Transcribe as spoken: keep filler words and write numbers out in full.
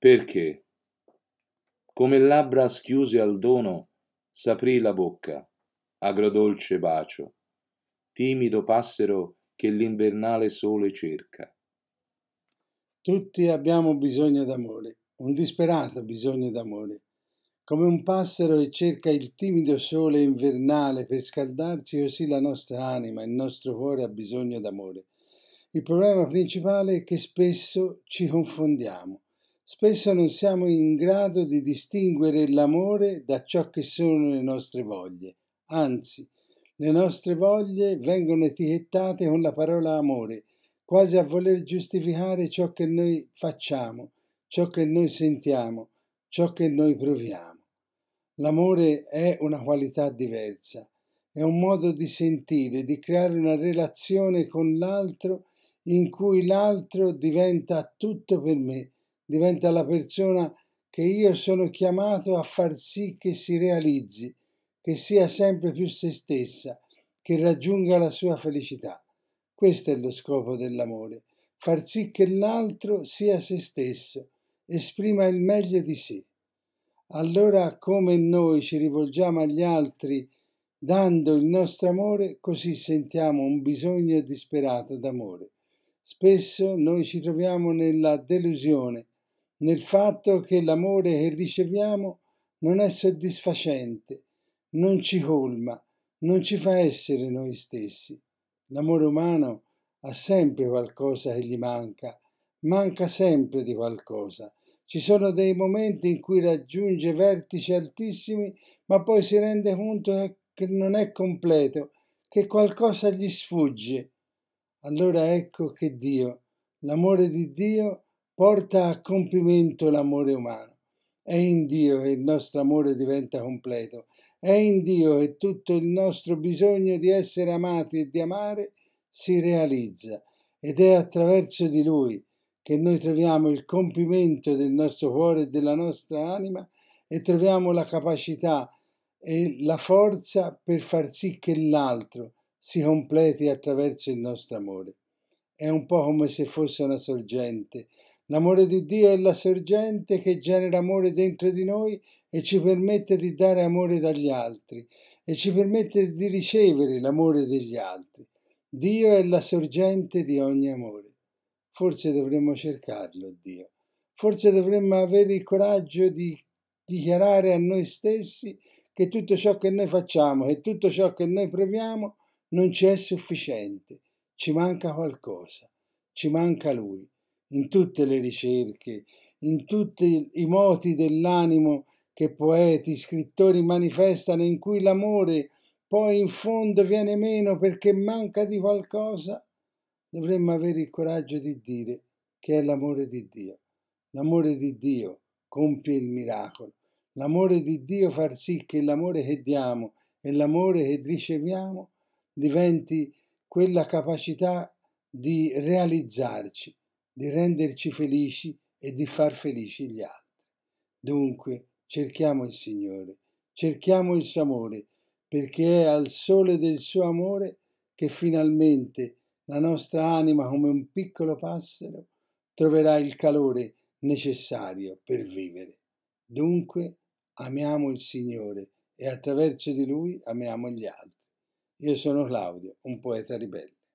Perché, come labbra schiuse al dono, s'aprì la bocca, agrodolce bacio, timido passero che l'invernale sole cerca. Tutti abbiamo bisogno d'amore, un disperato bisogno d'amore, come un passero che cerca il timido sole invernale per scaldarsi, così la nostra anima, il nostro cuore ha bisogno d'amore. Il problema principale è che spesso ci confondiamo. Spesso non siamo in grado di distinguere l'amore da ciò che sono le nostre voglie. Anzi, le nostre voglie vengono etichettate con la parola amore, quasi a voler giustificare ciò che noi facciamo, ciò che noi sentiamo, ciò che noi proviamo. L'amore è una qualità diversa, è un modo di sentire, di creare una relazione con l'altro in cui l'altro diventa tutto per me, diventa la persona che io sono chiamato a far sì che si realizzi, che sia sempre più se stessa, che raggiunga la sua felicità. Questo è lo scopo dell'amore, far sì che l'altro sia se stesso, esprima il meglio di sé. Allora, come noi ci rivolgiamo agli altri dando il nostro amore, così sentiamo un bisogno disperato d'amore. Spesso noi ci troviamo nella delusione, nel fatto che l'amore che riceviamo non è soddisfacente, non ci colma, non ci fa essere noi stessi. L'amore umano ha sempre qualcosa che gli manca, manca sempre di qualcosa. Ci sono dei momenti in cui raggiunge vertici altissimi, ma poi si rende conto che non è completo, che qualcosa gli sfugge. Allora ecco che Dio, l'amore di Dio, porta a compimento l'amore umano. È in Dio che il nostro amore diventa completo. È in Dio che tutto il nostro bisogno di essere amati e di amare si realizza. Ed è attraverso di Lui che noi troviamo il compimento del nostro cuore e della nostra anima e troviamo la capacità e la forza per far sì che l'altro si completi attraverso il nostro amore. È un po' come se fosse una sorgente. L'amore di Dio è la sorgente che genera amore dentro di noi e ci permette di dare amore dagli altri e ci permette di ricevere l'amore degli altri. Dio è la sorgente di ogni amore. Forse dovremmo cercarlo, Dio. Forse dovremmo avere il coraggio di dichiarare a noi stessi che tutto ciò che noi facciamo, che tutto ciò che noi proviamo non ci è sufficiente. Ci manca qualcosa. Ci manca Lui. In tutte le ricerche, in tutti i moti dell'animo che poeti, scrittori manifestano, in cui l'amore poi in fondo viene meno perché manca di qualcosa, dovremmo avere il coraggio di dire che è l'amore di Dio. L'amore di Dio compie il miracolo. L'amore di Dio fa sì che l'amore che diamo e l'amore che riceviamo diventi quella capacità di realizzarci, di renderci felici e di far felici gli altri. Dunque, cerchiamo il Signore, cerchiamo il suo amore, perché è al sole del suo amore che finalmente la nostra anima, come un piccolo passero, troverà il calore necessario per vivere. Dunque, amiamo il Signore e attraverso di Lui amiamo gli altri. Io sono Claudio, un poeta ribelle.